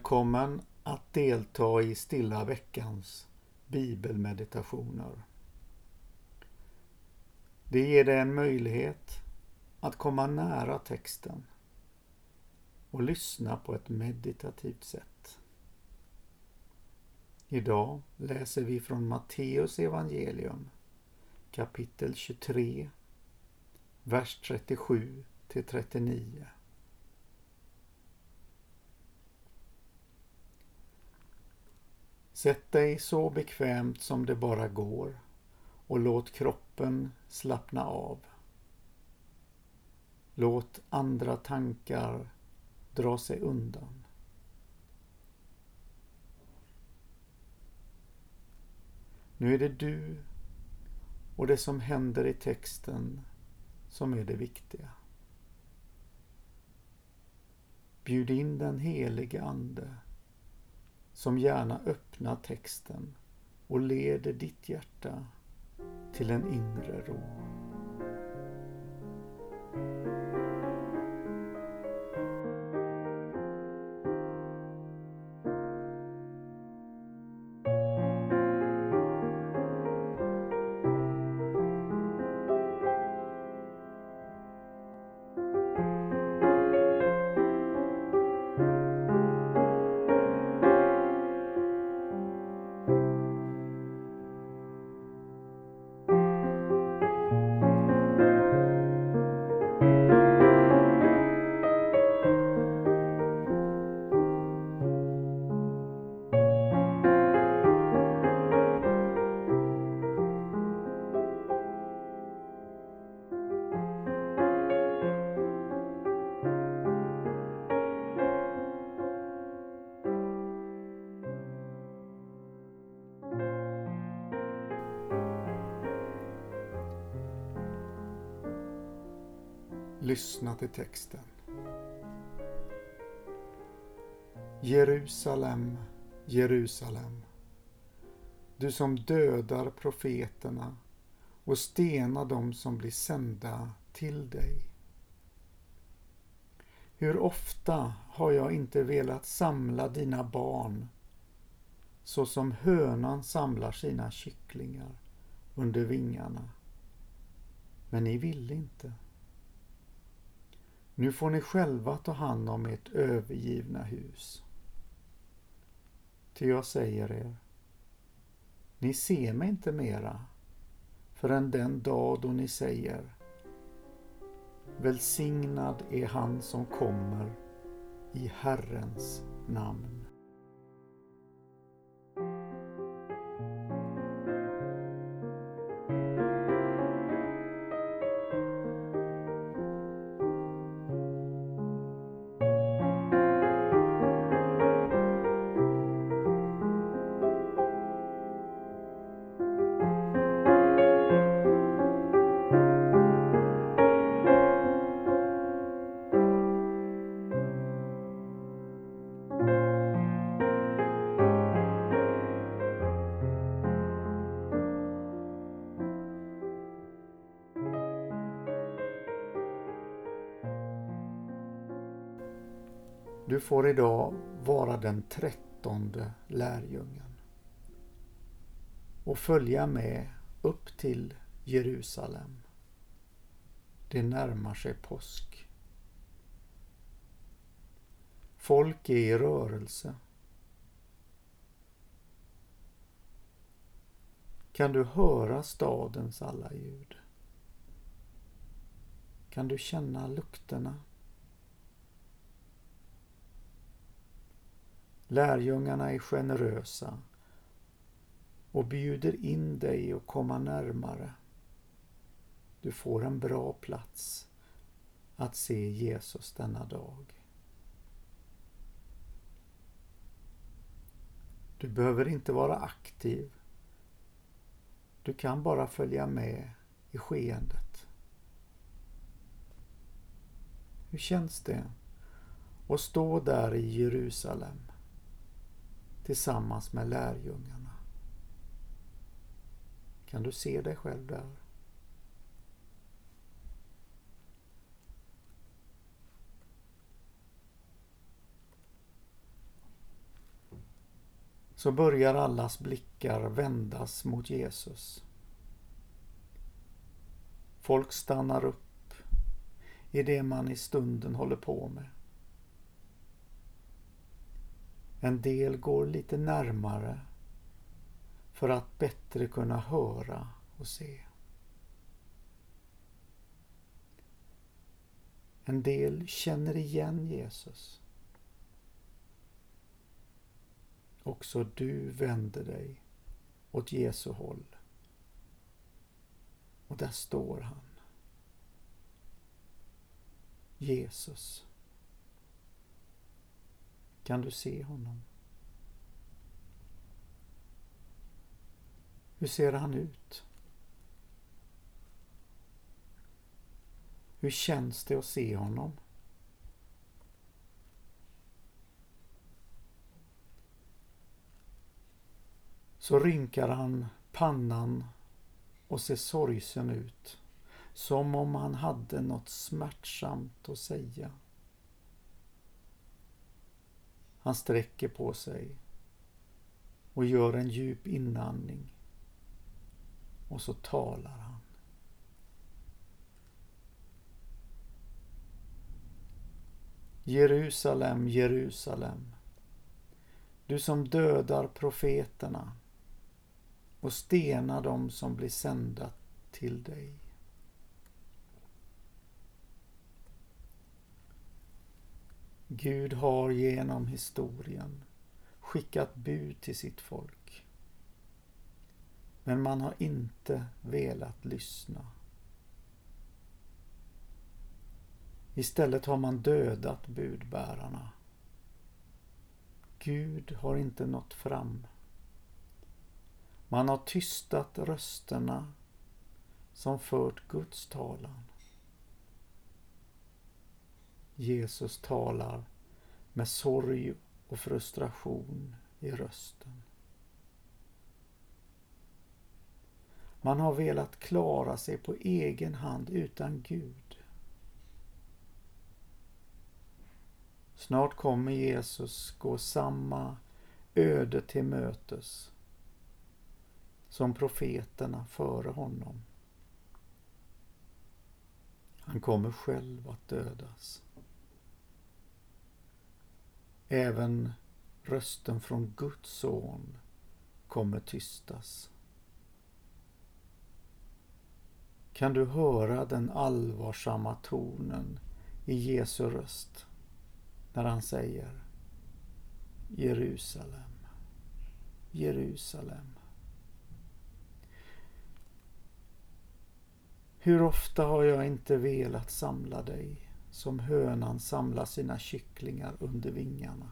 Välkommen att delta i Stilla veckans bibelmeditationer. Det ger dig en möjlighet att komma nära texten och lyssna på ett meditativt sätt. Idag läser vi från Matteus evangelium, kapitel 23, vers 37 till 39. Sätt dig så bekvämt som det bara går och låt kroppen slappna av. Låt andra tankar dra sig undan. Nu är det du och det som händer i texten som är det viktiga. Bjud in den helige Ande som gärna öppnar texten och leder ditt hjärta till en inre ro. Lyssna till texten. Jerusalem, Jerusalem, du som dödar profeterna och stenar dem som blir sända till dig. Hur ofta har jag inte velat samla dina barn så som hönan samlar sina kycklingar under vingarna. Men ni vill inte. Nu får ni själva ta hand om ert övergivna hus. Ty jag säger er, ni ser mig inte mera förrän den dag då ni säger: välsignad är han som kommer i Herrens namn. Du får idag vara den 13:e lärjungen och följa med upp till Jerusalem. Det närmar sig påsk. Folk är i rörelse. Kan du höra stadens alla ljud? Kan du känna lukterna? Lärjungarna är generösa och bjuder in dig att komma närmare. Du får en bra plats att se Jesus denna dag. Du behöver inte vara aktiv. Du kan bara följa med i skeendet. Hur känns det att stå där i Jerusalem tillsammans med lärjungarna? Kan du se dig själv där? så börjar allas blickar vändas mot Jesus. Folk stannar upp i det man i stunden håller på med. En del går lite närmare för att bättre kunna höra och se. En del känner igen Jesus. Också du vänder dig åt Jesu håll. Och där står han. Jesus. Kan du se honom? Hur ser han ut? Hur känns det att se honom? Så rynkar han pannan och ser sorgsen ut, som om han hade något smärtsamt att säga. Han sträcker på sig och gör en djup inandning, och så talar han. Jerusalem, Jerusalem, du som dödar profeterna och stenar dem som blir sända till dig. Gud har genom historien skickat bud till sitt folk. Men man har inte velat lyssna. Istället har man dödat budbärarna. Gud har inte nått fram. Man har tystat rösterna som fört Guds talan. Jesus talar med sorg och frustration i rösten. Man har velat klara sig på egen hand utan Gud. Snart kommer Jesus gå samma öde till mötes som profeterna före honom. Han kommer själv att dödas. Även rösten från Guds son kommer tystas. Kan du höra den allvarsamma tonen i Jesu röst när han säger: Jerusalem, Jerusalem. Hur ofta har jag inte velat samla dig som hönan samlar sina kycklingar under vingarna.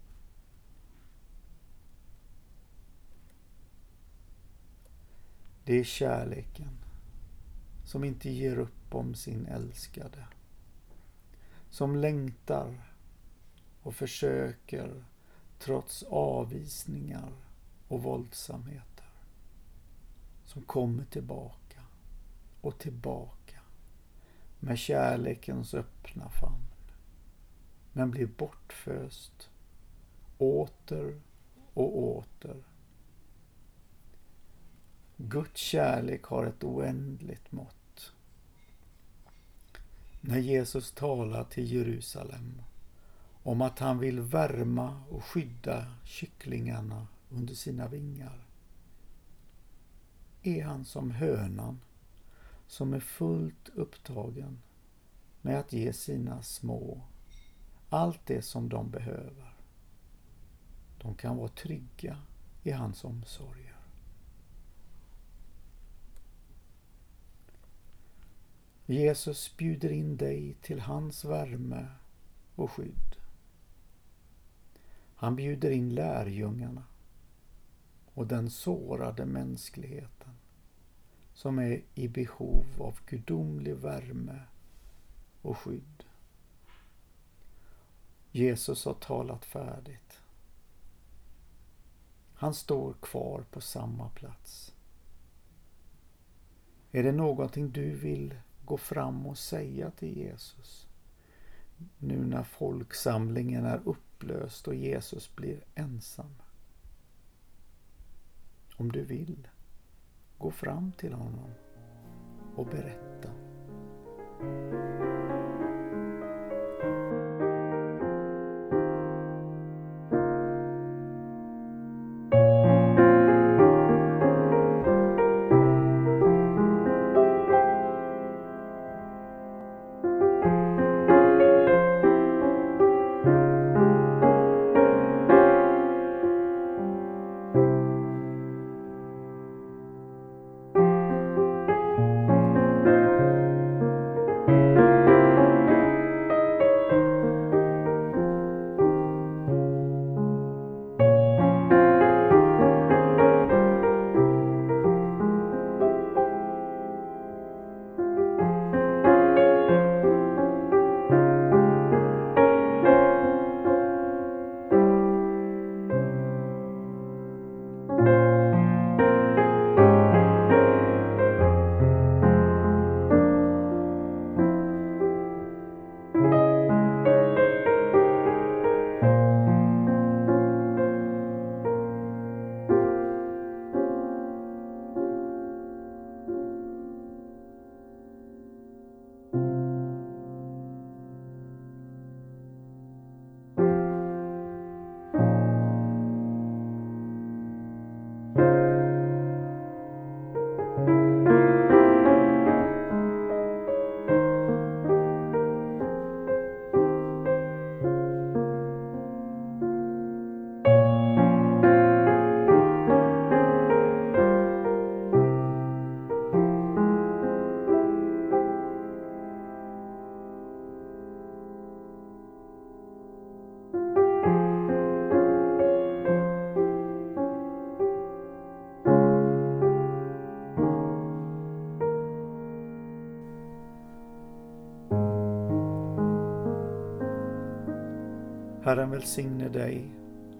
Det är kärleken som inte ger upp om sin älskade, som längtar och försöker trots avvisningar och våldsamheter, som kommer tillbaka och tillbaka med kärlekens öppna famn, men blir bortföst åter och åter. Guds kärlek har ett oändligt mått. När Jesus talar till Jerusalem om att han vill värma och skydda kycklingarna under sina vingar, är han som hönan som är fullt upptagen med att ge sina små allt det som de behöver. De kan vara trygga i hans omsorger. Jesus bjuder in dig till hans värme och skydd. Han bjuder in lärjungarna och den sårade mänskligheten som är i behov av gudomlig värme och skydd. Jesus har talat färdigt. Han står kvar på samma plats. Är det någonting du vill gå fram och säga till Jesus nu när folksamlingen är upplöst och Jesus blir ensam? om du vill, gå fram till honom och berätta. Herren välsigne dig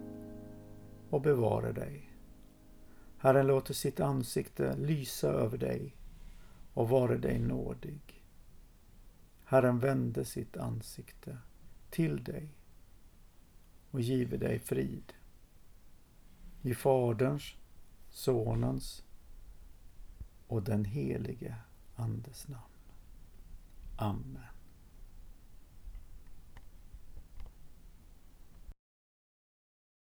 och bevara dig. Herren låter sitt ansikte lysa över dig och vare dig nådig. Herren vände sitt ansikte till dig och give dig frid. I Faderns, Sonens och den helige Andes namn. Amen.